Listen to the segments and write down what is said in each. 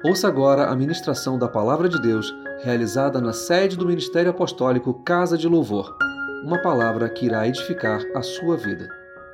Ouça agora a ministração da Palavra de Deus, realizada na sede do Ministério Apostólico Casa de Louvor. Uma palavra que irá edificar a sua vida.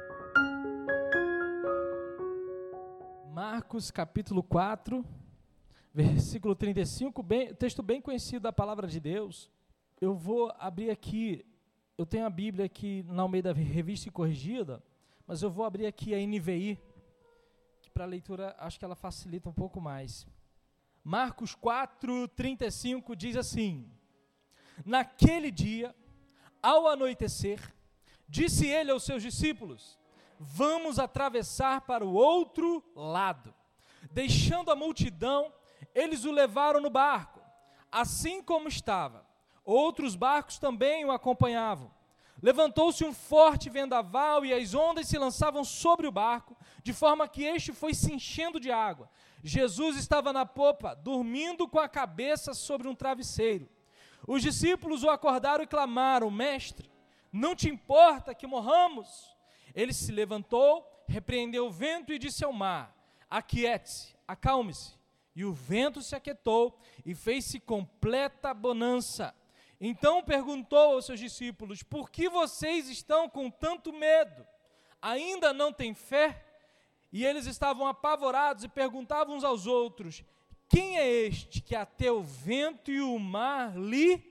Marcos capítulo 4, versículo 35, texto bem conhecido da Palavra de Deus. Eu vou abrir aqui, eu tenho a Bíblia aqui na Almeida Revista e Corrigida, mas eu vou abrir aqui a NVI, que para a leitura acho que ela facilita um pouco mais. Marcos 4, 35 diz assim: Naquele dia, ao anoitecer, disse ele aos seus discípulos: Vamos atravessar para o outro lado. Deixando a multidão, eles o levaram no barco, assim como estava. Outros barcos também o acompanhavam. Levantou-se um forte vendaval e as ondas se lançavam sobre o barco, de forma que este foi se enchendo de água. Jesus estava na popa, dormindo com a cabeça sobre um travesseiro. Os discípulos o acordaram e clamaram: Mestre, não te importa que morramos? Ele se levantou, repreendeu o vento e disse ao mar: Aquiete-se, acalme-se. E o vento se aquietou e fez-se completa bonança. Então perguntou aos seus discípulos: Por que vocês estão com tanto medo? Ainda não têm fé? E eles estavam apavorados e perguntavam uns aos outros: Quem é este que até o vento e o mar lhe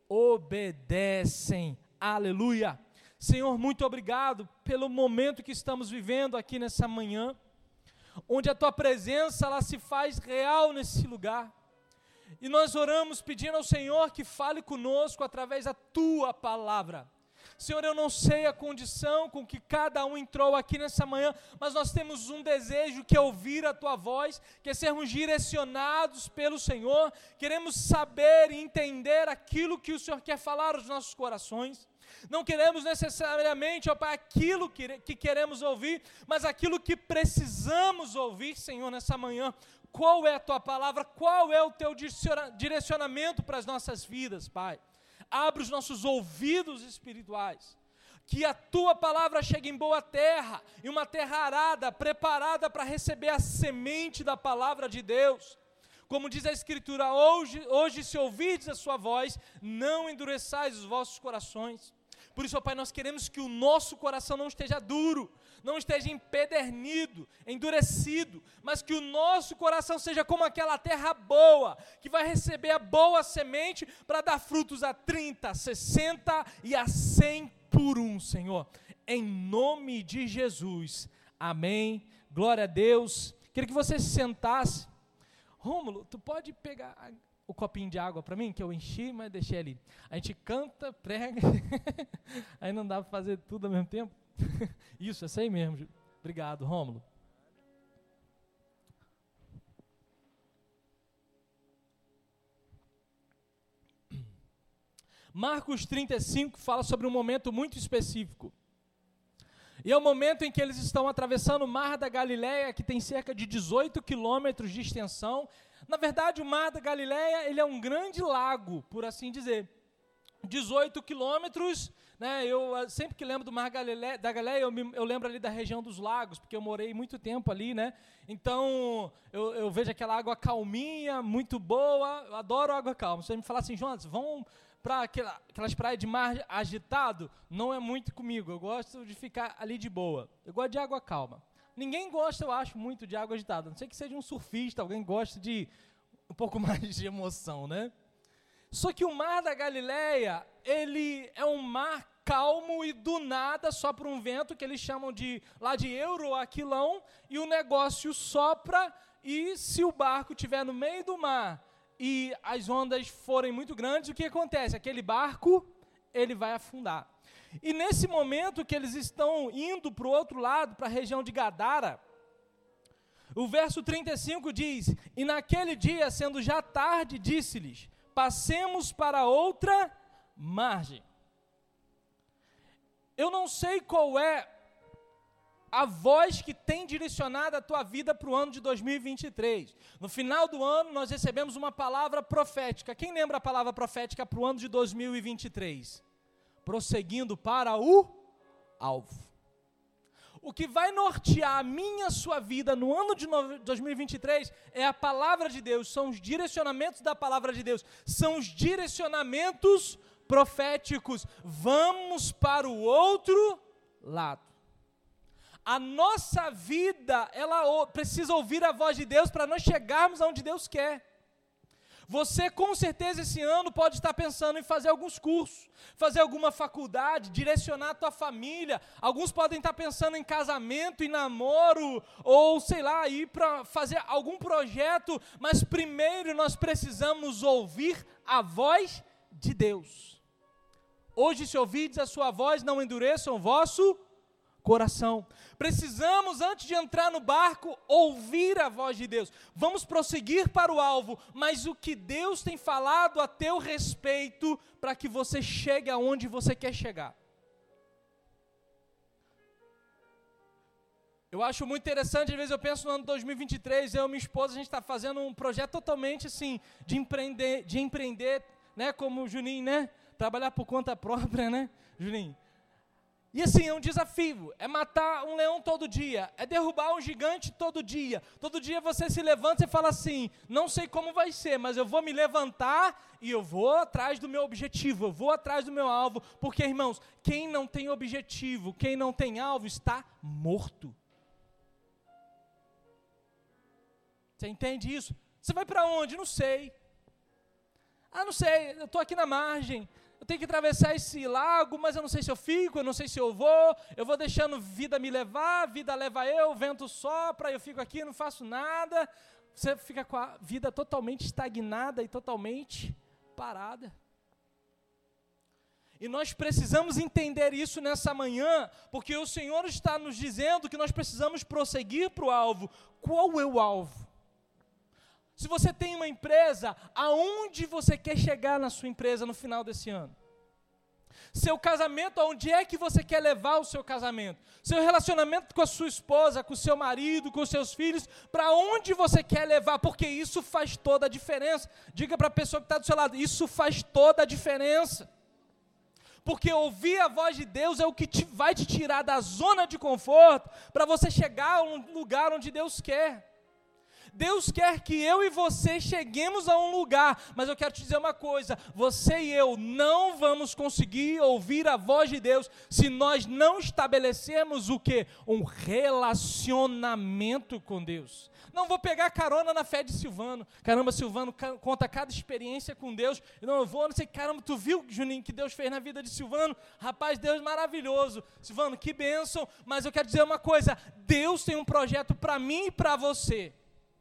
obedecem? Aleluia! Senhor, muito obrigado pelo momento que estamos vivendo aqui nessa manhã, onde a Tua presença ela se faz real nesse lugar. E nós oramos pedindo ao Senhor que fale conosco através da Tua palavra. Senhor, eu não sei a condição com que cada um entrou aqui nessa manhã, mas nós temos um desejo que é ouvir a Tua voz, que é sermos direcionados pelo Senhor, queremos saber e entender aquilo que o Senhor quer falar aos nossos corações. Não queremos necessariamente, ó Pai, aquilo que queremos ouvir, mas aquilo que precisamos ouvir, Senhor, nessa manhã. Qual é a Tua palavra? Qual é o Teu direcionamento para as nossas vidas, Pai? Abre os nossos ouvidos espirituais, que a Tua palavra chegue em boa terra, em uma terra arada, preparada para receber a semente da palavra de Deus. Como diz a Escritura, hoje se ouvirdes a sua voz, não endureçais os vossos corações. Por isso, ó Pai, nós queremos que o nosso coração não esteja duro, não esteja empedernido, endurecido, mas que o nosso coração seja como aquela terra boa, que vai receber a boa semente para dar frutos a 30, 60 e a 100 por um, Senhor. Em nome de Jesus. Amém. Glória a Deus. Queria que você se sentasse. Rômulo, tu pode pegar o copinho de água para mim, que eu enchi, mas deixei ali. A gente canta, prega, aí não dá para fazer tudo ao mesmo tempo. Isso, essa aí mesmo. Obrigado, Rômulo. Marcos 35 fala sobre um momento muito específico. E é o momento em que eles estão atravessando o Mar da Galileia, que tem cerca de 18 quilômetros de extensão. Na verdade, o Mar da Galileia, ele é um grande lago, por assim dizer. 18 quilômetros, né? Eu sempre que lembro do Mar da Galileia, eu lembro ali da região dos lagos, porque eu morei muito tempo ali, né? Então, eu vejo aquela água calminha, muito boa, eu adoro água calma. Você me fala assim: Jonas, vão para aquelas praias de mar agitado, não é muito comigo, eu gosto de ficar ali de boa, eu gosto de água calma. Ninguém gosta, eu acho, muito de água agitada, a não ser que seja um surfista, alguém gosta de um pouco mais de emoção, né? Só que o Mar da Galileia, ele é um mar calmo e do nada sopra um vento que eles chamam de Euroaquilão, e o negócio sopra, e se o barco estiver no meio do mar e as ondas forem muito grandes, o que acontece? Aquele barco, ele vai afundar. E nesse momento que eles estão indo para o outro lado, para a região de Gadara, o verso 35 diz: E naquele dia, sendo já tarde, disse-lhes: Passemos para outra margem. Eu não sei qual é a voz que tem direcionado a tua vida para o ano de 2023. No final do ano, nós recebemos uma palavra profética. Quem lembra a palavra profética para o ano de 2023? Prosseguindo para o alvo. O que vai nortear a minha, a sua vida no ano de 2023 é a palavra de Deus, são os direcionamentos da palavra de Deus, são os direcionamentos proféticos. Vamos para o outro lado. A nossa vida, ela precisa ouvir a voz de Deus para nós chegarmos aonde Deus quer. Você, com certeza, esse ano pode estar pensando em fazer alguns cursos, fazer alguma faculdade, direcionar a tua família. Alguns podem estar pensando em casamento e namoro, ou sei lá, ir para fazer algum projeto, mas primeiro nós precisamos ouvir a voz de Deus. Hoje, se ouvides a sua voz, não endureçam o vosso coração. Precisamos, antes de entrar no barco, ouvir a voz de Deus. Vamos prosseguir para o alvo, mas o que Deus tem falado a teu respeito para que você chegue aonde você quer chegar. Eu acho muito interessante, às vezes eu penso no ano 2023, eu e minha esposa, a gente está fazendo um projeto totalmente assim, de empreender, né, como o Juninho, né, trabalhar por conta própria, né, Juninho? E assim, é um desafio, é matar um leão todo dia, é derrubar um gigante todo dia. Todo dia você se levanta e fala assim, não sei como vai ser, mas eu vou me levantar e eu vou atrás do meu objetivo, eu vou atrás do meu alvo, porque, irmãos, quem não tem objetivo, quem não tem alvo, está morto. Você entende isso? Você vai para onde? Não sei. Não sei, eu estou aqui na margem. Eu tenho que atravessar esse lago, mas eu não sei se eu fico, eu não sei se eu vou deixando vida me levar, vida leva eu, o vento sopra, eu fico aqui, não faço nada. Você fica com a vida totalmente estagnada e totalmente parada. E nós precisamos entender isso nessa manhã, porque o Senhor está nos dizendo que nós precisamos prosseguir para o alvo. Qual é o alvo? Se você tem uma empresa, aonde você quer chegar na sua empresa no final desse ano? Seu casamento, aonde é que você quer levar o seu casamento? Seu relacionamento com a sua esposa, com o seu marido, com os seus filhos, para onde você quer levar? Porque isso faz toda a diferença. Diga para a pessoa que está do seu lado, isso faz toda a diferença. Porque ouvir a voz de Deus é o que vai te tirar da zona de conforto, para você chegar a um lugar onde Deus quer. Deus quer que eu e você cheguemos a um lugar, mas eu quero te dizer uma coisa, você e eu não vamos conseguir ouvir a voz de Deus se nós não estabelecermos o quê? Um relacionamento com Deus. Não vou pegar carona na fé de Silvano. Caramba, Silvano conta cada experiência com Deus. Não sei, caramba, tu viu, Juninho, que Deus fez na vida de Silvano? Rapaz, Deus maravilhoso. Silvano, que bênção, mas eu quero dizer uma coisa, Deus tem um projeto para mim e para você.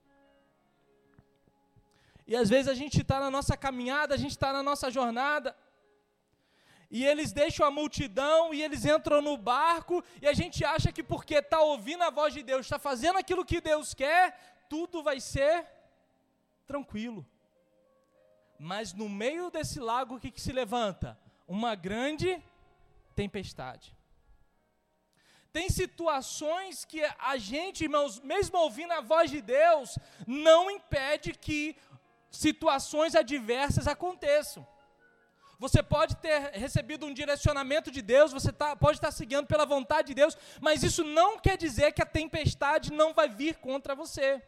E às vezes a gente está na nossa caminhada, a gente está na nossa jornada, e eles deixam a multidão, e eles entram no barco, e a gente acha que porque está ouvindo a voz de Deus, está fazendo aquilo que Deus quer, tudo vai ser tranquilo. Mas no meio desse lago, o que se levanta? Uma grande tempestade. Tem situações que a gente, irmãos, mesmo ouvindo a voz de Deus, não impede que situações adversas aconteçam. Você pode ter recebido um direcionamento de Deus, você pode estar seguindo pela vontade de Deus, mas isso não quer dizer que a tempestade não vai vir contra você.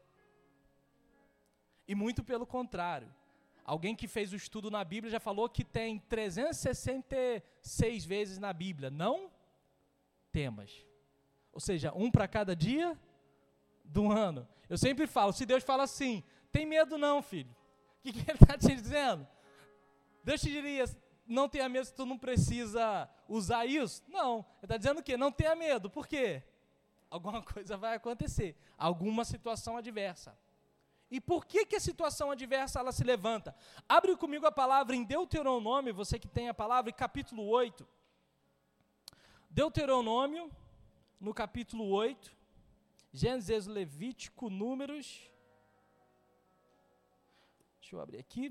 E muito pelo contrário. Alguém que fez o estudo na Bíblia já falou que tem 366 vezes na Bíblia, não temas. Ou seja, um para cada dia do ano. Eu sempre falo, se Deus fala assim, tem medo não, filho. O que ele está te dizendo? Deus te diria, não tenha medo se tu não precisa usar isso? Não, ele está dizendo o quê? Não tenha medo, por quê? Alguma coisa vai acontecer, alguma situação adversa. E por que a situação adversa ela se levanta? Abre comigo a palavra em Deuteronômio, você que tem a palavra, capítulo 8. Deuteronômio, no capítulo 8, Gênesis, Levítico, Números. Deixa eu abrir aqui.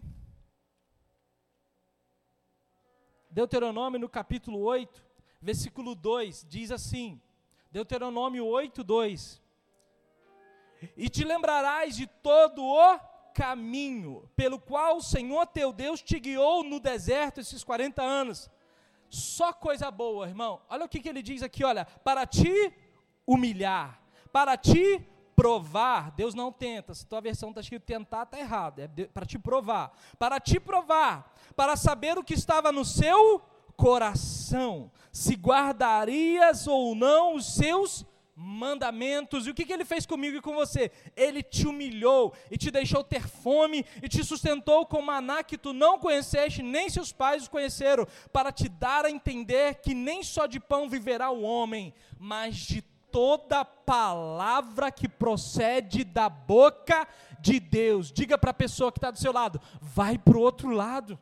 Deuteronômio, no capítulo 8, versículo 2, diz assim, Deuteronômio 8, 2. E te lembrarás de todo o caminho pelo qual o Senhor teu Deus te guiou no deserto esses 40 anos. Só coisa boa, irmão. Olha o que ele diz aqui, olha. Para ti humilhar, para te provar. Deus não tenta. Se tua versão está escrito tentar, está errado. É para te provar. Para te provar, para saber o que estava no seu coração, se guardarias ou não os seus mandamentos. E o que ele fez comigo e com você? Ele te humilhou e te deixou ter fome e te sustentou com maná que tu não conheceste, nem seus pais os conheceram, para te dar a entender que nem só de pão viverá o homem, mas de toda palavra que procede da boca de Deus. Diga para a pessoa que está do seu lado, vai para o outro lado.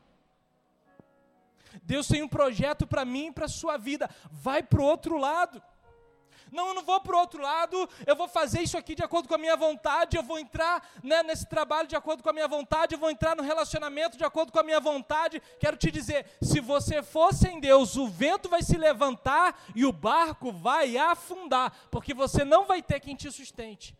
Deus tem um projeto para mim e para a sua vida, vai para o outro lado. Não, eu não vou para o outro lado, eu vou fazer isso aqui de acordo com a minha vontade, eu vou entrar, né, nesse trabalho de acordo com a minha vontade, eu vou entrar no relacionamento de acordo com a minha vontade. Quero te dizer, se você for sem Deus, o vento vai se levantar e o barco vai afundar, porque você não vai ter quem te sustente.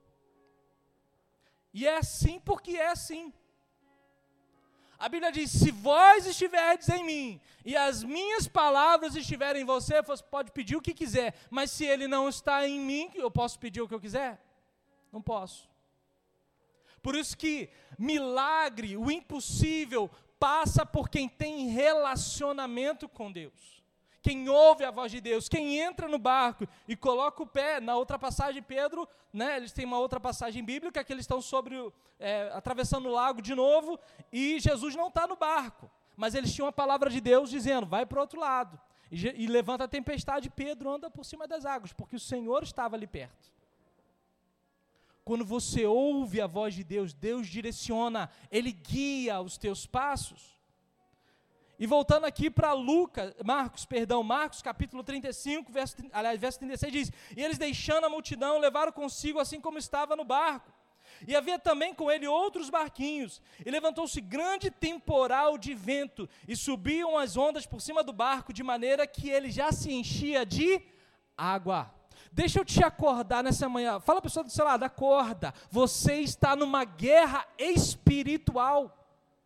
E é assim porque é assim. A Bíblia diz, se vós estiverdes em mim, e as minhas palavras estiverem em você, você pode pedir o que quiser, mas se ele não está em mim, eu posso pedir o que eu quiser? Não posso. Por isso que milagre, o impossível, passa por quem tem relacionamento com Deus. Quem ouve a voz de Deus, quem entra no barco e coloca o pé. Na outra passagem, Pedro, né, eles têm uma outra passagem bíblica, que eles estão atravessando o lago de novo, e Jesus não está no barco, mas eles tinham a palavra de Deus dizendo, vai para o outro lado, e levanta a tempestade, Pedro anda por cima das águas, porque o Senhor estava ali perto. Quando você ouve a voz de Deus, Deus direciona, Ele guia os teus passos. E voltando aqui para Marcos capítulo 35, verso 36 diz, e eles deixando a multidão, levaram consigo assim como estava no barco. E havia também com ele outros barquinhos, e levantou-se grande temporal de vento, e subiam as ondas por cima do barco, de maneira que ele já se enchia de água. Deixa eu te acordar nessa manhã, fala a pessoa do seu lado, acorda, você está numa guerra espiritual.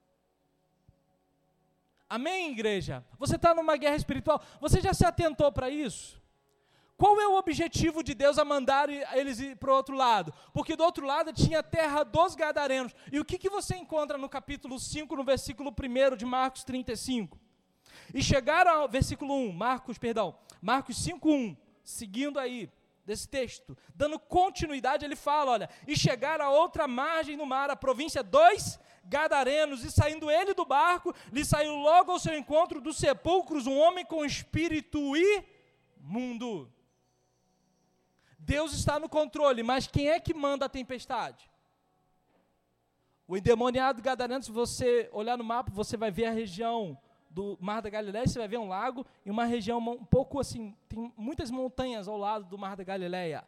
Amém, igreja? Você está numa guerra espiritual, você já se atentou para isso? Qual é o objetivo de Deus a mandar eles ir para o outro lado? Porque do outro lado tinha a terra dos Gadarenos. E o que você encontra no capítulo 5, no versículo 1 de Marcos 35? E chegaram ao versículo 1, Marcos 5:1, seguindo aí desse texto, dando continuidade, ele fala, olha, e chegaram a outra margem do mar, a província dos Gadarenos, e saindo ele do barco, lhe saiu logo ao seu encontro dos sepulcros um homem com espírito imundo. Deus está no controle, mas quem é que manda a tempestade? O endemoniado Gadareno, se você olhar no mapa, você vai ver a região do Mar da Galileia, você vai ver um lago e uma região um pouco assim, tem muitas montanhas ao lado do Mar da Galileia.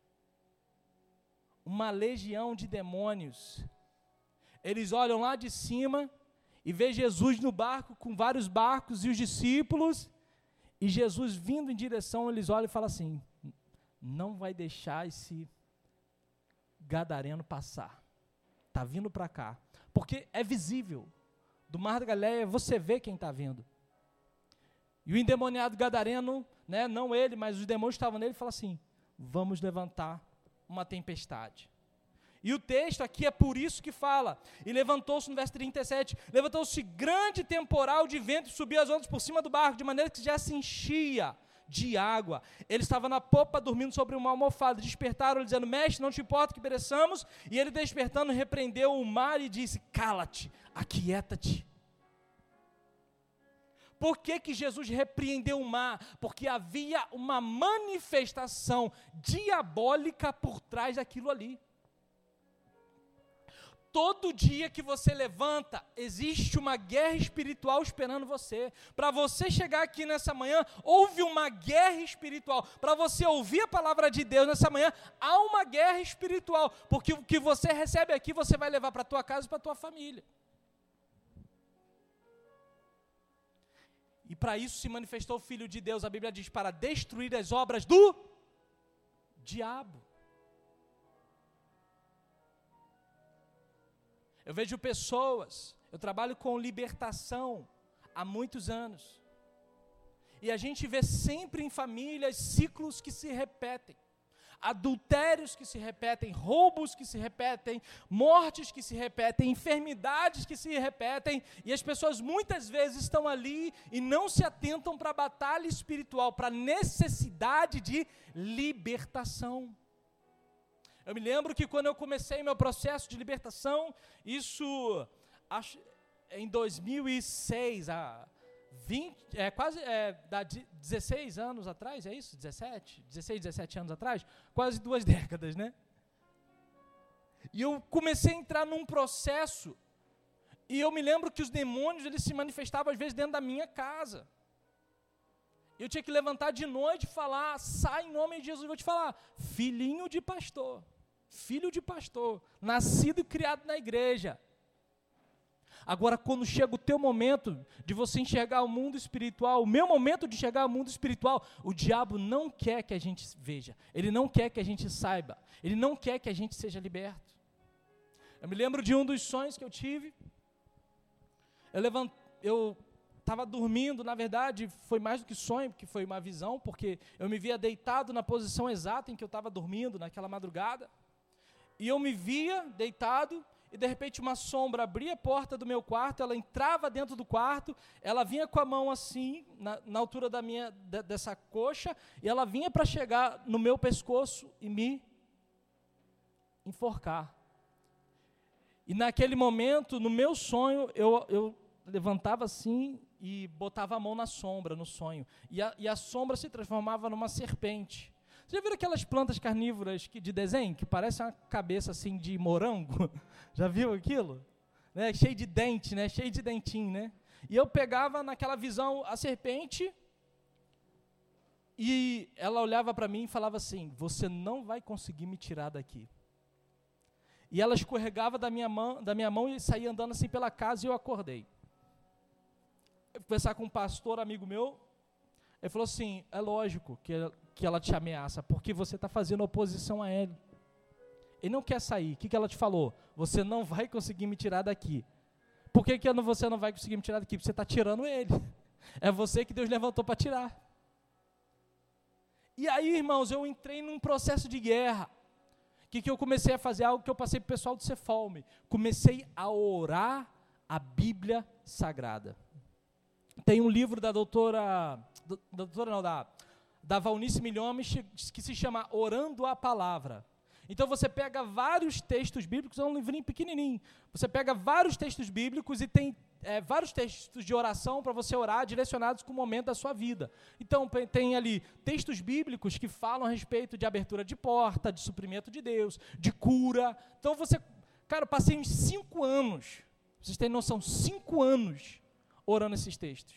Uma legião de demônios. Eles olham lá de cima e vê Jesus no barco, com vários barcos e os discípulos, e Jesus vindo em direção, eles olham e falam assim, não vai deixar esse Gadareno passar, está vindo para cá, porque é visível, do Mar da Galileia você vê quem está vindo, e o endemoniado Gadareno, né, não ele, mas os demônios estavam nele, fala assim, vamos levantar uma tempestade. E o texto aqui é por isso que fala, e levantou-se no verso 37, levantou-se grande temporal de vento e subiu as ondas por cima do barco, de maneira que já se enchia de água. Ele estava na popa, dormindo sobre uma almofada, despertaram, dizendo, mestre, não te importa que pereçamos? E ele despertando, repreendeu o mar e disse, cala-te, aquieta-te. Por que Jesus repreendeu o mar? Porque havia uma manifestação diabólica por trás daquilo ali. Todo dia que você levanta, existe uma guerra espiritual esperando você. Para você chegar aqui nessa manhã, houve uma guerra espiritual. Para você ouvir a palavra de Deus nessa manhã, há uma guerra espiritual. Porque o que você recebe aqui, você vai levar para a tua casa e para a tua família. E para isso se manifestou o Filho de Deus, a Bíblia diz, para destruir as obras do diabo. Eu vejo pessoas, eu trabalho com libertação há muitos anos, e a gente vê sempre em famílias ciclos que se repetem. adultérios que se repetem, roubos que se repetem, mortes que se repetem, enfermidades que se repetem, e as pessoas muitas vezes estão ali e não se atentam para a batalha espiritual, para a necessidade de libertação. Eu me lembro que quando eu comecei meu processo de libertação, isso acho, em 2006, dá 16 anos atrás, é isso? 16, 17 anos atrás? Quase 2 décadas, né? E eu comecei a entrar num processo, e eu me lembro que os demônios, eles se manifestavam às vezes dentro da minha casa. Eu tinha que levantar de noite e falar, sai em nome de Jesus, eu vou te falar, filho de pastor, nascido e criado na igreja. Agora, quando chega o teu momento de você enxergar o mundo espiritual, o meu momento de enxergar o mundo espiritual, o diabo não quer que a gente veja, ele não quer que a gente saiba, ele não quer que a gente seja liberto. Eu me lembro de um dos sonhos que eu tive, eu estava dormindo, na verdade, foi mais do que sonho, porque foi uma visão, porque eu me via deitado na posição exata em que eu estava dormindo naquela madrugada, e eu me via deitado, e de repente uma sombra abria a porta do meu quarto, ela entrava dentro do quarto, ela vinha com a mão assim, na altura dessa coxa, e ela vinha para chegar no meu pescoço e me enforcar. E naquele momento, no meu sonho, eu levantava assim e botava a mão na sombra, no sonho, e a sombra se transformava numa serpente. Você já viram aquelas plantas carnívoras de desenho, que parece uma cabeça assim de morango? Já viu aquilo? Né? Cheio de dente, né? Cheio de dentinho, né? E eu pegava naquela visão a serpente, e ela olhava para mim e falava assim, você não vai conseguir me tirar daqui. E ela escorregava da minha mão e saía andando assim pela casa, e eu acordei. Eu fui conversar com um pastor amigo meu, ele falou assim, é lógico que ela te ameaça, porque você está fazendo oposição a ele. Ele não quer sair. O que ela te falou? Você não vai conseguir me tirar daqui. Por que você não vai conseguir me tirar daqui? Porque você está tirando ele. É você que Deus levantou para tirar. E aí, irmãos, eu entrei num processo de guerra. O que eu comecei a fazer? Algo que eu passei para o pessoal do Cefalme. Comecei a orar a Bíblia Sagrada. Tem um livro da da Valnice Milhomes, que se chama Orando a Palavra. Então você pega vários textos bíblicos, é um livrinho pequenininho, você pega vários textos bíblicos e tem vários textos de oração para você orar, direcionados com o momento da sua vida. Então tem ali textos bíblicos que falam a respeito de abertura de porta, de suprimento de Deus, de cura. Então eu passei uns 5 anos, vocês têm noção, 5 anos orando esses textos.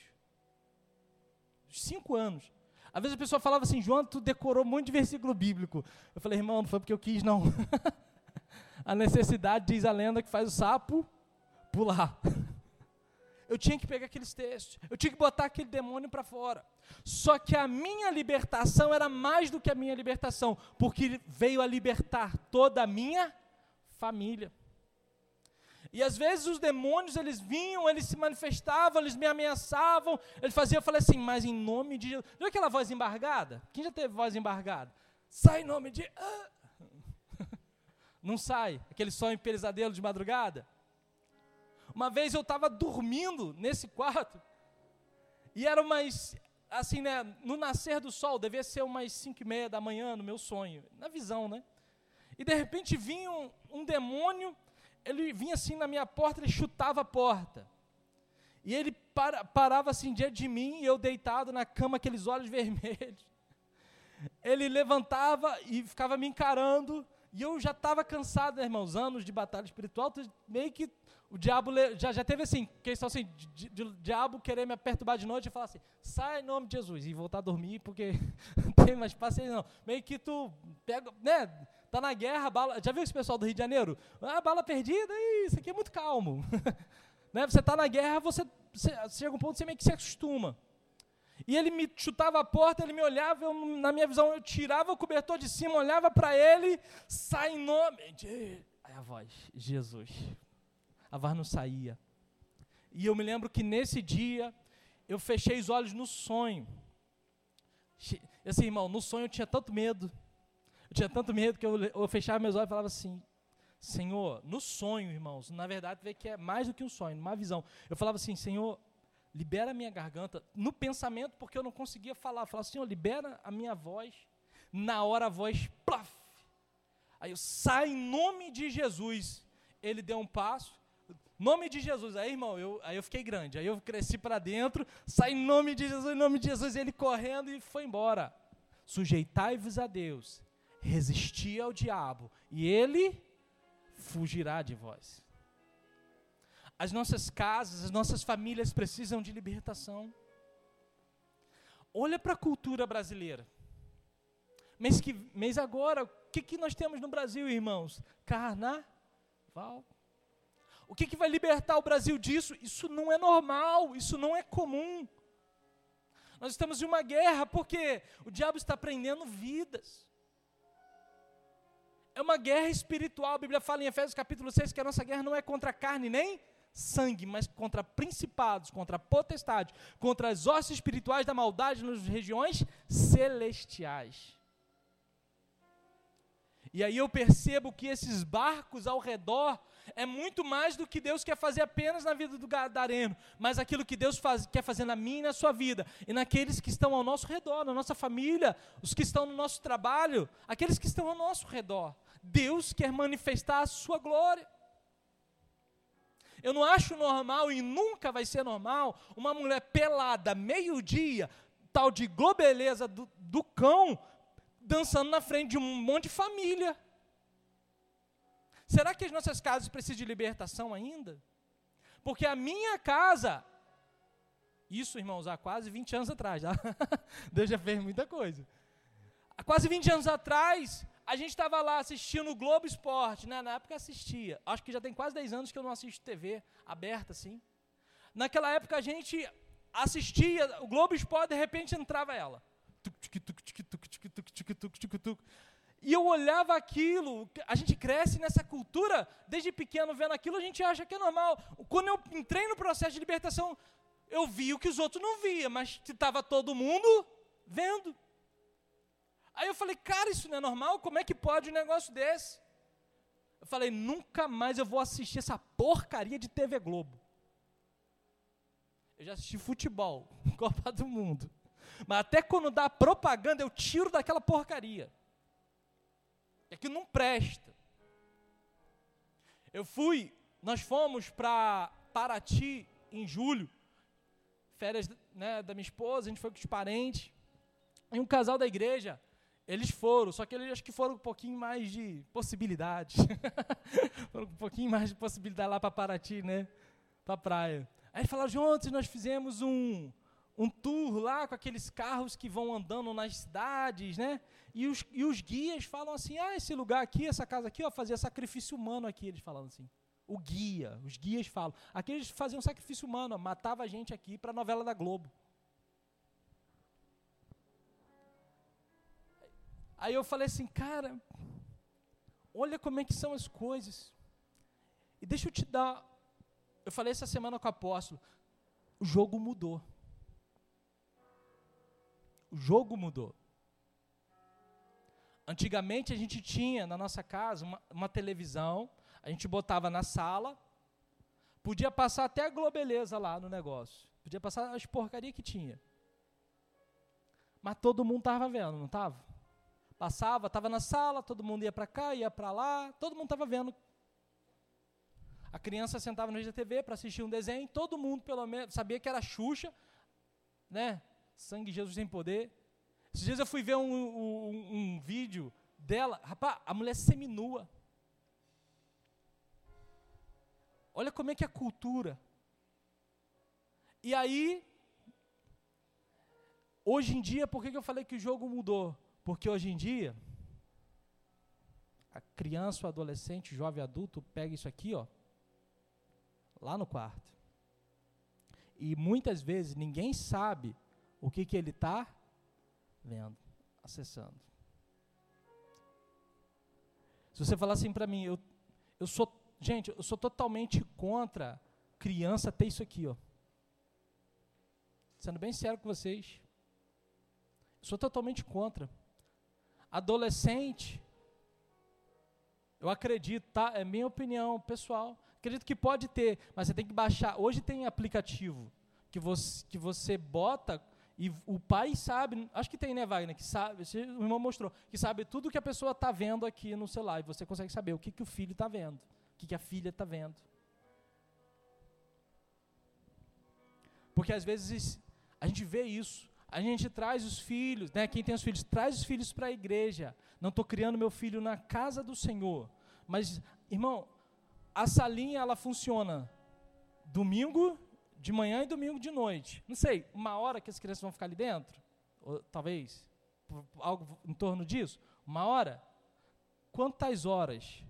5 anos. Às vezes a pessoa falava assim, João, tu decorou muito de versículo bíblico. Eu falei, irmão, não foi porque eu quis, não. A necessidade, diz a lenda, que faz o sapo pular. Eu tinha que pegar aqueles textos, eu tinha que botar aquele demônio para fora. Só que a minha libertação era mais do que a minha libertação, porque veio a libertar toda a minha família. E às vezes os demônios, eles vinham, eles se manifestavam, eles me ameaçavam, eles faziam, eu falei assim, mas em nome de Jesus. Viu aquela voz embargada? Quem já teve voz embargada? Sai em nome de... Não sai, aquele sonho pesadelo de madrugada. Uma vez eu estava dormindo nesse quarto, e era umas, assim, né, no nascer do sol, devia ser umas 5:30 da manhã, no meu sonho, na visão, né? E de repente vinha um demônio, ele vinha assim na minha porta, ele chutava a porta. E ele parava assim diante de mim, e eu deitado na cama, aqueles olhos vermelhos. Ele levantava e ficava me encarando, e eu já estava cansado, né, irmãos, anos de batalha espiritual, meio que o diabo já teve assim, questão assim, de diabo querer me perturbar de noite e falar assim, sai em nome de Jesus, e voltar a dormir, porque não tem mais paciência não. Meio que tu pega, né, tá na guerra, bala, já viu esse pessoal do Rio de Janeiro? Bala perdida, isso aqui é muito calmo. Né, você está na guerra, você chega um ponto que você meio que se acostuma. E ele me chutava a porta, ele me olhava, na minha visão, eu tirava o cobertor de cima, olhava para ele, sai em nome de... Aí a voz, Jesus. A voz não saía. E eu me lembro que nesse dia, eu fechei os olhos no sonho. Assim, irmão, no sonho eu tinha tanto medo. Eu tinha tanto medo que eu fechava meus olhos e falava assim, Senhor, no sonho, irmãos, na verdade, vê que é mais do que um sonho, uma visão. Eu falava assim, Senhor, libera a minha garganta, no pensamento, porque eu não conseguia falar. Eu falava, Senhor, libera a minha voz. Na hora a voz, plaf. Aí eu saio em nome de Jesus. Ele deu um passo, nome de Jesus. Aí, irmão, aí eu fiquei grande. Aí eu cresci para dentro, saí em nome de Jesus, ele correndo e foi embora. Sujeitai-vos a Deus, resisti ao diabo, e ele fugirá de vós. As nossas casas, as nossas famílias precisam de libertação. Olha para a cultura brasileira. Mês agora, o que nós temos no Brasil, irmãos? Carnaval. O que vai libertar o Brasil disso? Isso não é normal, isso não é comum. Nós estamos em uma guerra porque o diabo está prendendo vidas. É uma guerra espiritual. A Bíblia fala em Efésios capítulo 6 que a nossa guerra não é contra a carne nem sangue, mas contra principados, contra potestades, contra as hostes espirituais da maldade nas regiões celestiais. E aí eu percebo que esses barcos ao redor é muito mais do que Deus quer fazer apenas na vida do gadareno, mas aquilo que Deus quer fazer na minha e na sua vida, e naqueles que estão ao nosso redor, na nossa família, os que estão no nosso trabalho, aqueles que estão ao nosso redor. Deus quer manifestar a sua glória. Eu não acho normal, e nunca vai ser normal, uma mulher pelada, meio-dia, tal de globeleza do cão, dançando na frente de um monte de família. Será que as nossas casas precisam de libertação ainda? Porque a minha casa, isso, irmãos, há quase 20 anos atrás, tá? Deus já fez muita coisa. Há quase 20 anos atrás, a gente estava lá assistindo o Globo Esporte, né? Na época assistia, acho que já tem quase 10 anos que eu não assisto TV aberta assim. Naquela época a gente assistia o Globo Esporte, de repente entrava ela. E eu olhava aquilo, a gente cresce nessa cultura, desde pequeno vendo aquilo, a gente acha que é normal. Quando eu entrei no processo de libertação, eu vi o que os outros não viam, mas estava todo mundo vendo. Aí eu falei, cara, isso não é normal? Como é que pode um negócio desse? Eu falei, nunca mais eu vou assistir essa porcaria de TV Globo. Eu já assisti futebol, Copa do Mundo. Mas até quando dá propaganda, eu tiro daquela porcaria. É que não presta. Nós fomos para Paraty em julho, férias, né, da minha esposa, a gente foi com os parentes, e um casal da igreja, eles foram, só que eles acho que foram com um pouquinho mais de possibilidade. Foram com um pouquinho mais de possibilidade lá para Paraty, né, para a praia. Aí falaram, juntos nós fizemos um tour lá com aqueles carros que vão andando nas cidades, né? E os guias falam assim, esse lugar aqui, essa casa aqui, fazia sacrifício humano aqui, eles falam assim. Os guias falam. Aqui eles faziam sacrifício humano, matava a gente aqui para a novela da Globo. Aí eu falei assim, cara, olha como é que são as coisas. E deixa eu te dar, eu falei essa semana com o apóstolo, o jogo mudou. O jogo mudou. Antigamente a gente tinha na nossa casa uma televisão, a gente botava na sala, podia passar até a globeleza lá no negócio, podia passar as porcarias que tinha. Mas todo mundo estava vendo, não estava? Passava, estava na sala, todo mundo ia para cá, ia para lá, todo mundo estava vendo. A criança sentava no TV para assistir um desenho, todo mundo pelo menos sabia que era Xuxa, né? Sangue de Jesus tem poder. Esses dias eu fui ver um vídeo dela, rapaz, a mulher seminua. Olha como é que é a cultura. E aí, hoje em dia, por que eu falei que o jogo mudou? Porque hoje em dia, a criança, o adolescente, o jovem adulto, pega isso aqui, lá no quarto. E muitas vezes ninguém sabe o que ele está vendo, acessando. Se você falar assim para mim, eu sou totalmente contra criança ter isso aqui, Sendo bem sério com vocês. Eu sou totalmente contra. adolescente, eu acredito, tá? É minha opinião pessoal. Acredito que pode ter, mas você tem que baixar. Hoje tem aplicativo que você bota e o pai sabe, acho que tem, né, Wagner, que sabe, o irmão mostrou, que sabe tudo que a pessoa está vendo aqui no celular, e você consegue saber o que o filho está vendo, o que a filha está vendo. Porque às vezes a gente vê isso, a gente traz os filhos, né, quem tem os filhos, traz os filhos para a igreja. Não estou criando meu filho na casa do Senhor, mas, irmão, a salinha, ela funciona domingo de manhã e domingo de noite. Não sei, 1 hora que as crianças vão ficar ali dentro? Ou, talvez, algo em torno disso? 1 hora? Quantas horas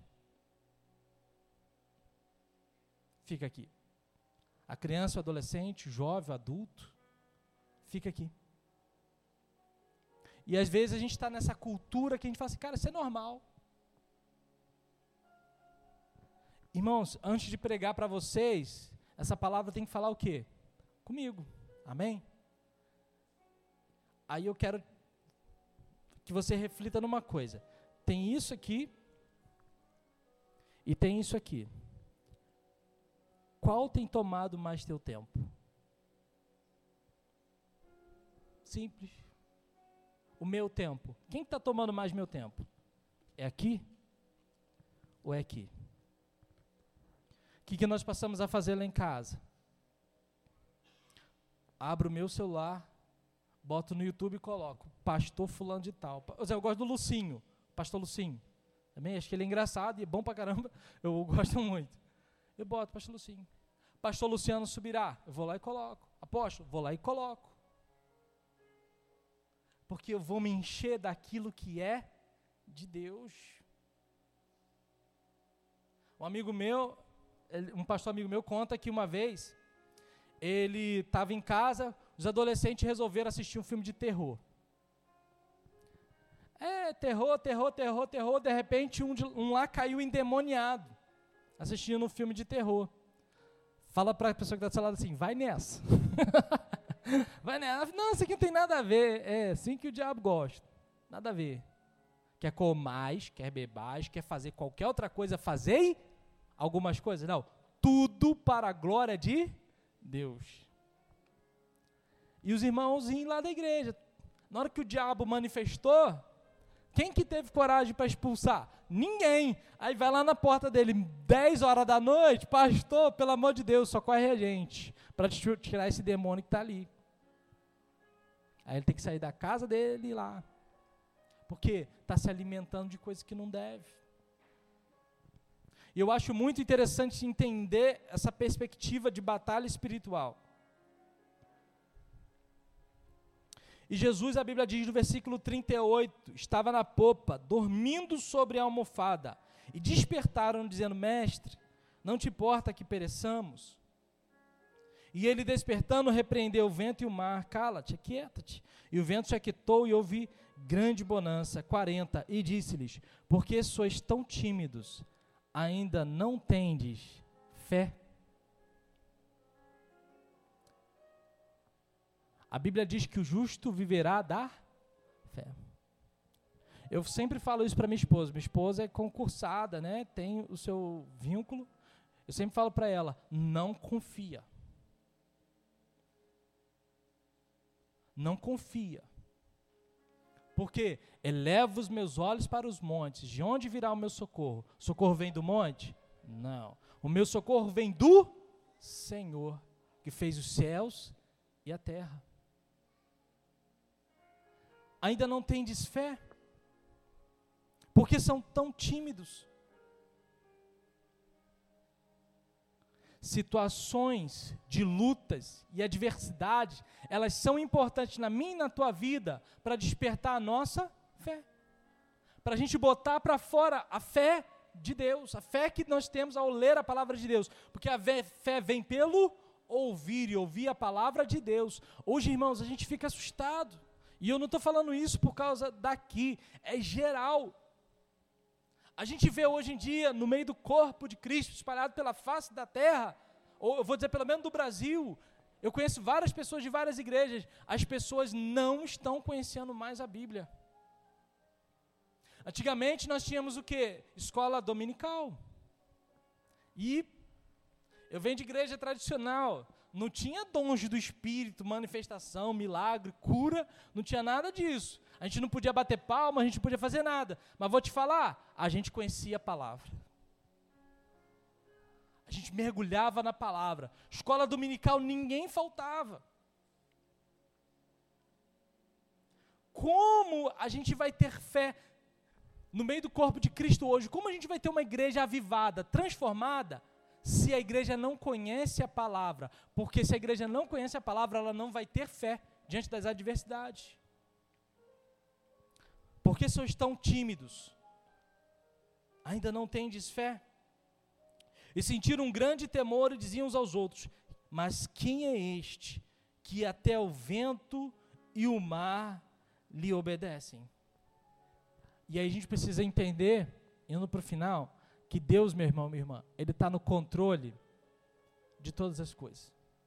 fica aqui? A criança, o adolescente, o jovem, o adulto, fica aqui. E às vezes a gente está nessa cultura que a gente fala assim, cara, isso é normal. Irmãos, antes de pregar para vocês, essa palavra tem que falar o quê? Comigo. Amém? Aí eu quero que você reflita numa coisa. Tem isso aqui e tem isso aqui. Qual tem tomado mais teu tempo? Simples. O meu tempo. Quem está tomando mais meu tempo? É aqui ou é aqui? O que nós passamos a fazer lá em casa? Abro o meu celular, boto no YouTube e coloco pastor fulano de tal. Eu gosto do Lucinho, pastor Lucinho. Também acho que ele é engraçado e é bom pra caramba. Eu gosto muito. Eu boto pastor Lucinho. Pastor Luciano Subirá, eu vou lá e coloco. Apóstolo, vou lá e coloco. Porque eu vou me encher daquilo que é de Deus. Um amigo meu, um pastor amigo meu conta que uma vez ele estava em casa, os adolescentes resolveram assistir um filme de terror. Terror, de repente um lá caiu endemoniado, assistindo um filme de terror. Fala para a pessoa que está do seu lado assim, vai nessa. Vai nessa. Não, isso aqui não tem nada a ver, é assim que o diabo gosta, nada a ver. Quer comais, quer bebais, quer fazer qualquer outra coisa, fazei algumas coisas, não, tudo para a glória de Deus. E os irmãozinhos lá da igreja, na hora que o diabo manifestou, quem que teve coragem para expulsar? Ninguém. Aí vai lá na porta dele, 10 horas da noite, pastor, pelo amor de Deus, socorre a gente, para tirar esse demônio que está ali. Aí ele tem que sair da casa dele e ir lá, porque está se alimentando de coisas que não deve. E eu acho muito interessante entender essa perspectiva de batalha espiritual. E Jesus, a Bíblia diz no versículo 38, estava na popa, dormindo sobre a almofada, e despertaram dizendo, mestre, não te importa que pereçamos? E ele despertando repreendeu o vento e o mar, cala-te, aquieta-te. E o vento se aquietou e houve grande bonança, 40, e disse-lhes, porque sois tão tímidos, ainda não tendes fé? A Bíblia diz que o justo viverá da fé. Eu sempre falo isso para minha esposa é concursada, né? Tem o seu vínculo. Eu sempre falo para ela, não confia. Não confia. Porque eleva os meus olhos para os montes, de onde virá o meu socorro? O socorro vem do monte? Não. O meu socorro vem do Senhor, que fez os céus e a terra. Ainda não tendes fé? Porque são tão tímidos. Situações de lutas e adversidades, elas são importantes na minha e na tua vida para despertar a nossa fé. Para a gente botar para fora a fé de Deus, a fé que nós temos ao ler a palavra de Deus. Porque a fé vem pelo ouvir e ouvir a palavra de Deus. Hoje, irmãos, a gente fica assustado. E eu não estou falando isso por causa daqui, é geral. A gente vê hoje em dia, no meio do corpo de Cristo, espalhado pela face da terra, ou eu vou dizer pelo menos do Brasil, eu conheço várias pessoas de várias igrejas, as pessoas não estão conhecendo mais a Bíblia. Antigamente nós tínhamos o quê? Escola dominical. E eu venho de igreja tradicional. Não tinha dons do Espírito, manifestação, milagre, cura, não tinha nada disso. A gente não podia bater palma, a gente não podia fazer nada. Mas vou te falar, a gente conhecia a palavra. A gente mergulhava na palavra. Escola dominical, ninguém faltava. Como a gente vai ter fé no meio do corpo de Cristo hoje? Como a gente vai ter uma igreja avivada, transformada, se a igreja não conhece a palavra? Porque se a igreja não conhece a palavra, ela não vai ter fé diante das adversidades. Porque sois tão tímidos? Ainda não tendes fé? E sentiram um grande temor e diziam uns aos outros: mas quem é este que até o vento e o mar lhe obedecem? E aí a gente precisa entender, indo para o final, que Deus, meu irmão, minha irmã, Ele está no controle de todas as coisas.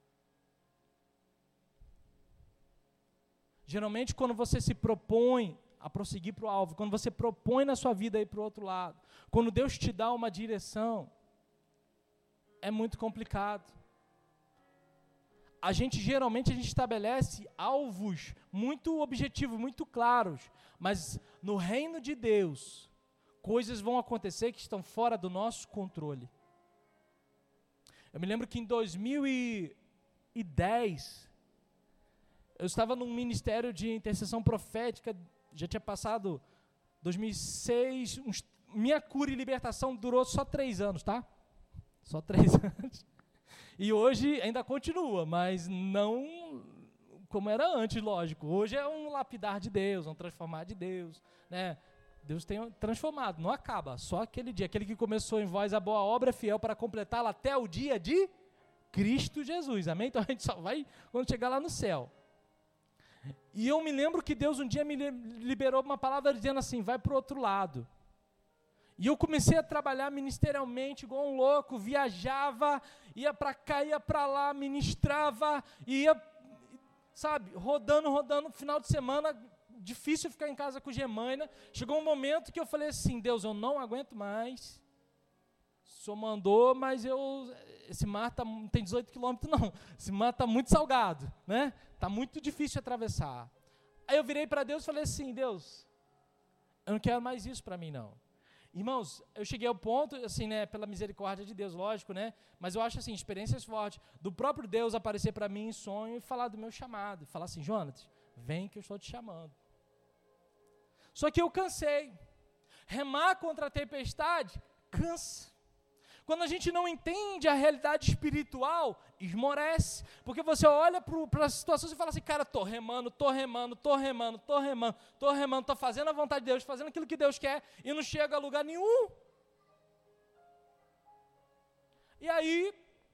Geralmente, quando você se propõe a prosseguir para o alvo, quando você propõe na sua vida ir para o outro lado, quando Deus te dá uma direção, é muito complicado. Geralmente a gente estabelece alvos muito objetivos, muito claros, mas no reino de Deus, coisas vão acontecer que estão fora do nosso controle. Eu me lembro que em 2010, eu estava num ministério de intercessão profética, já tinha passado 2006, minha cura e libertação durou só 3 anos, tá? Só 3 anos. E hoje ainda continua, mas não como era antes, lógico. Hoje é um lapidar de Deus, um transformar de Deus, né? Deus tem transformado, não acaba, só aquele dia. Aquele que começou em vós a boa obra é fiel para completá-la até o dia de Cristo Jesus, amém? Então a gente só vai quando chegar lá no céu. E eu me lembro que Deus um dia me liberou uma palavra dizendo assim: vai para o outro lado. E eu comecei a trabalhar ministerialmente igual um louco, viajava, ia para cá, ia para lá, ministrava, ia, sabe, rodando, final de semana, difícil ficar em casa com Gemaina. Chegou um momento que eu falei assim: Deus, eu não aguento mais, o Senhor mandou, mas esse mar não tem 18 quilômetros não, esse mar está muito salgado, né? Está muito difícil atravessar. Aí eu virei para Deus e falei assim: Deus, eu não quero mais isso para mim não. Irmãos, eu cheguei ao ponto, assim, né, pela misericórdia de Deus, lógico, né, mas eu acho, assim, experiências fortes, do próprio Deus aparecer para mim em sonho e falar do meu chamado, falar assim: Jonatas, vem que eu estou te chamando. Só que eu cansei. Remar contra a tempestade, cansa. Quando a gente não entende a realidade espiritual, esmorece, porque você olha para a situação e fala assim: cara, estou remando, estou fazendo a vontade de Deus, fazendo aquilo que Deus quer, e não chega a lugar nenhum. E aí,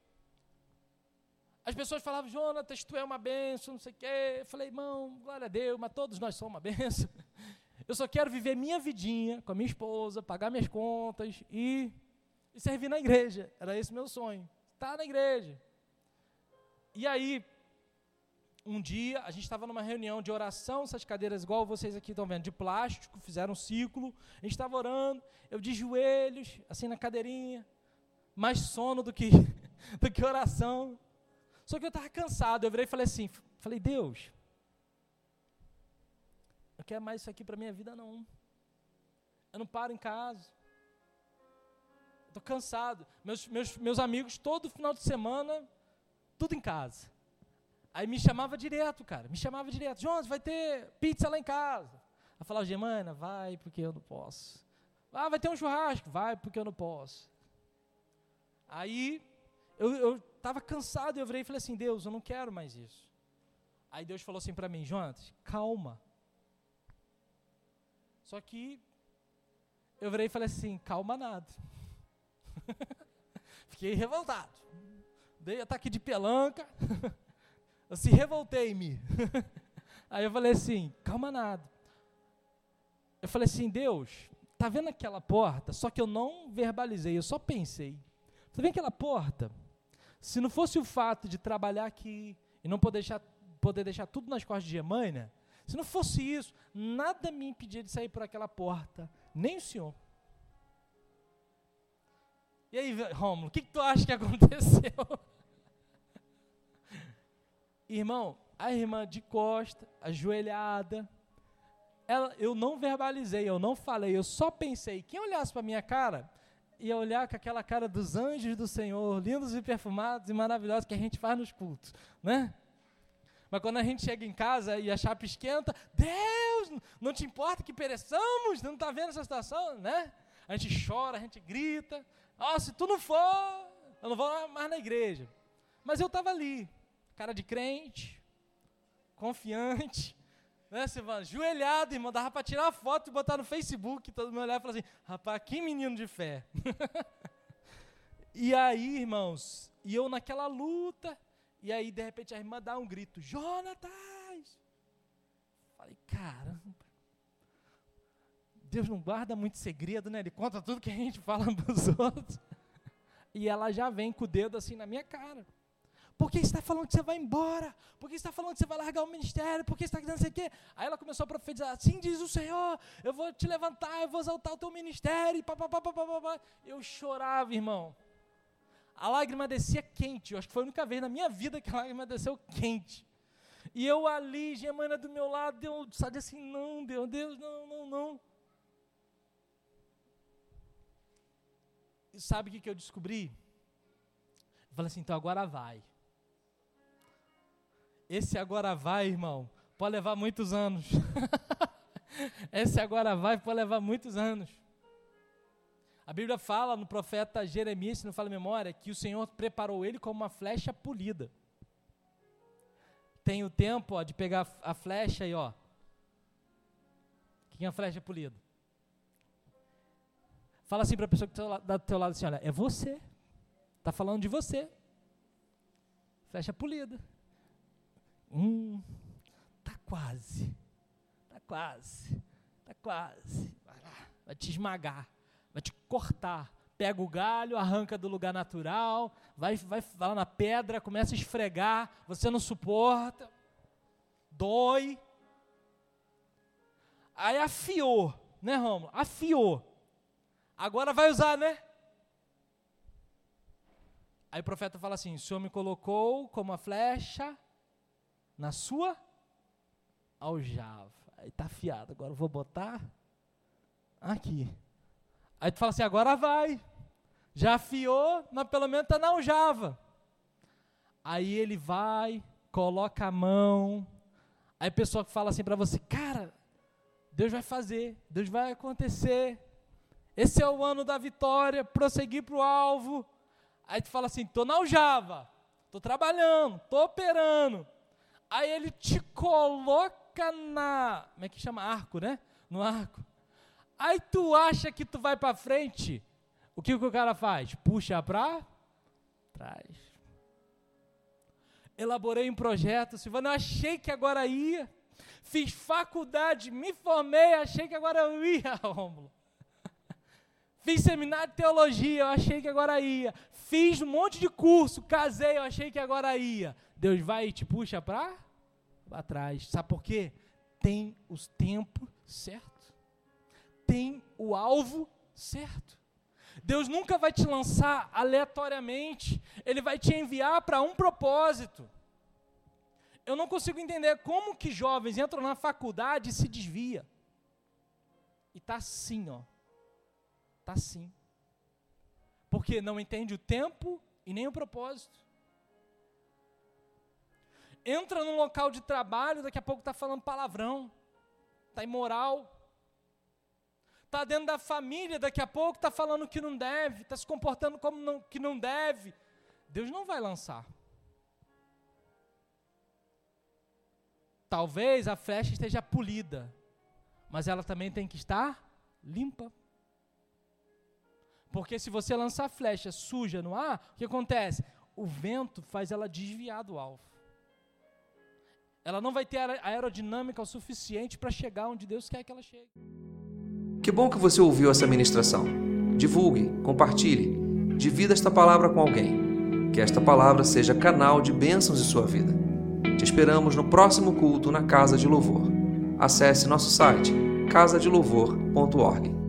as pessoas falavam: Jonatas, tu é uma bênção, não sei o quê. Eu falei: irmão, glória a Deus, mas todos nós somos uma bênção. Eu só quero viver minha vidinha com a minha esposa, pagar minhas contas e servir na igreja. Era esse meu sonho, estar na igreja. E aí, um dia, a gente estava numa reunião de oração, essas cadeiras igual vocês aqui estão vendo, de plástico, fizeram um círculo, a gente estava orando, eu de joelhos, assim na cadeirinha, mais sono do que oração. Só que eu estava cansado, eu virei e falei assim, Deus, eu quero mais isso aqui para a minha vida não. Eu não paro em casa. Estou cansado. Meus amigos, todo final de semana, tudo em casa. Aí me chamava direto, cara. Jonas, vai ter pizza lá em casa. Eu falava: Gemaina, vai porque eu não posso. Ah, vai ter um churrasco. Vai porque eu não posso. Aí eu estava cansado e eu virei e falei assim: Deus, eu não quero mais isso. Aí Deus falou assim para mim: Jonas, calma. Só que eu virei e falei assim: calma nada. Fiquei revoltado. Dei ataque de pelanca. Eu se revoltei-me. Aí eu falei assim: calma nada. Eu falei assim: Deus, tá vendo aquela porta? Só que eu não verbalizei, eu só pensei. Tá vendo aquela porta? Se não fosse o fato de trabalhar aqui e não poder deixar tudo nas costas de Gemaina, se não fosse isso, nada me impedia de sair por aquela porta Nem o senhor. E aí, Rômulo, o que tu acha que aconteceu? Irmão, a irmã de costa, ajoelhada, eu não verbalizei, eu não falei, eu só pensei, quem olhasse para minha cara, ia olhar com aquela cara dos anjos do Senhor, lindos e perfumados e maravilhosos que a gente faz nos cultos, né? Mas quando a gente chega em casa e a chapa esquenta, Deus, não te importa que pereçamos, não está vendo essa situação, né? A gente chora, a gente grita, se tu não for, eu não vou mais na igreja. Mas eu estava ali, cara de crente, confiante, né? Você vai ajoelhado, irmão, dava para tirar a foto e botar no Facebook, todo mundo olhar e falar assim, rapaz, que menino de fé. E aí, irmãos, e eu naquela luta, e aí de repente a irmã dá um grito, Jonatas! Falei, caramba, Deus não guarda muito segredo, né? Ele conta tudo que a gente fala dos outros. E ela já vem com o dedo assim na minha cara. Por que você está falando que você vai embora? Por que você está falando que você vai largar o ministério? Por que você está dizendo não sei o quê? Aí ela começou a profetizar, assim diz o Senhor, eu vou te levantar, eu vou exaltar o teu ministério, Eu chorava, irmão. A lágrima descia quente, eu acho que foi a única vez na minha vida que a lágrima desceu quente. E eu ali, Gemana do meu lado, eu sabia assim, não, Deus, não. E sabe o que eu descobri? Eu falei assim, então agora vai. Esse agora vai, irmão, pode levar muitos anos. Esse agora vai pode levar muitos anos. A Bíblia fala no profeta Jeremias, se não fala a memória, que o Senhor preparou ele como uma flecha polida. Tem o tempo de pegar a flecha e o que é a flecha polida? Fala assim para a pessoa que está do teu lado assim, olha, é você. Está falando de você. Flecha polida. Tá quase. Vai lá, vai te esmagar, vai te cortar. Pega o galho, arranca do lugar natural, vai lá na pedra, começa a esfregar, você não suporta, dói. Aí afiou, né, Rômulo? Afiou. Agora vai usar, né? Aí o profeta fala assim, o Senhor me colocou como uma flecha na sua aljava. Aí está afiado, agora eu vou botar aqui. Aí tu fala assim, agora vai. Já afiou, mas pelo menos está na aljava. Aí ele vai, coloca a mão. Aí a pessoa fala assim para você, cara, Deus vai fazer, Deus vai acontecer. Esse é o ano da vitória, prosseguir para o alvo. Aí tu fala assim, estou na aljava, estou trabalhando, estou operando. Aí ele te coloca como é que chama? Arco, né? No arco. Aí tu acha que tu vai para frente, o que o cara faz? Puxa para trás. Elaborei um projeto, Silvana, eu achei que agora ia. Fiz faculdade, me formei, achei que agora eu ia, Rômulo. Fiz seminário de teologia, eu achei que agora ia. Fiz um monte de curso, casei, eu achei que agora ia. Deus vai e te puxa para trás. Sabe por quê? Tem os tempos certos. Tem o alvo certo. Deus nunca vai te lançar aleatoriamente. Ele vai te enviar para um propósito. Eu não consigo entender como que jovens entram na faculdade e se desvia. E está assim, está assim. Porque não entende o tempo e nem o propósito. Entra num local de trabalho, daqui a pouco está falando palavrão, está imoral. Está dentro da família, daqui a pouco está falando que não deve, está se comportando como que não deve. Deus não vai lançar. Talvez a flecha esteja polida, mas ela também tem que estar limpa. Porque se você lançar a flecha suja no ar, o que acontece? O vento faz ela desviar do alvo. Ela não vai ter aerodinâmica o suficiente para chegar onde Deus quer que ela chegue. Que bom que você ouviu essa ministração. Divulgue, compartilhe, divida esta palavra com alguém. Que esta palavra seja canal de bênçãos em sua vida. Te esperamos no próximo culto na Casa de Louvor. Acesse nosso site casadelouvor.org.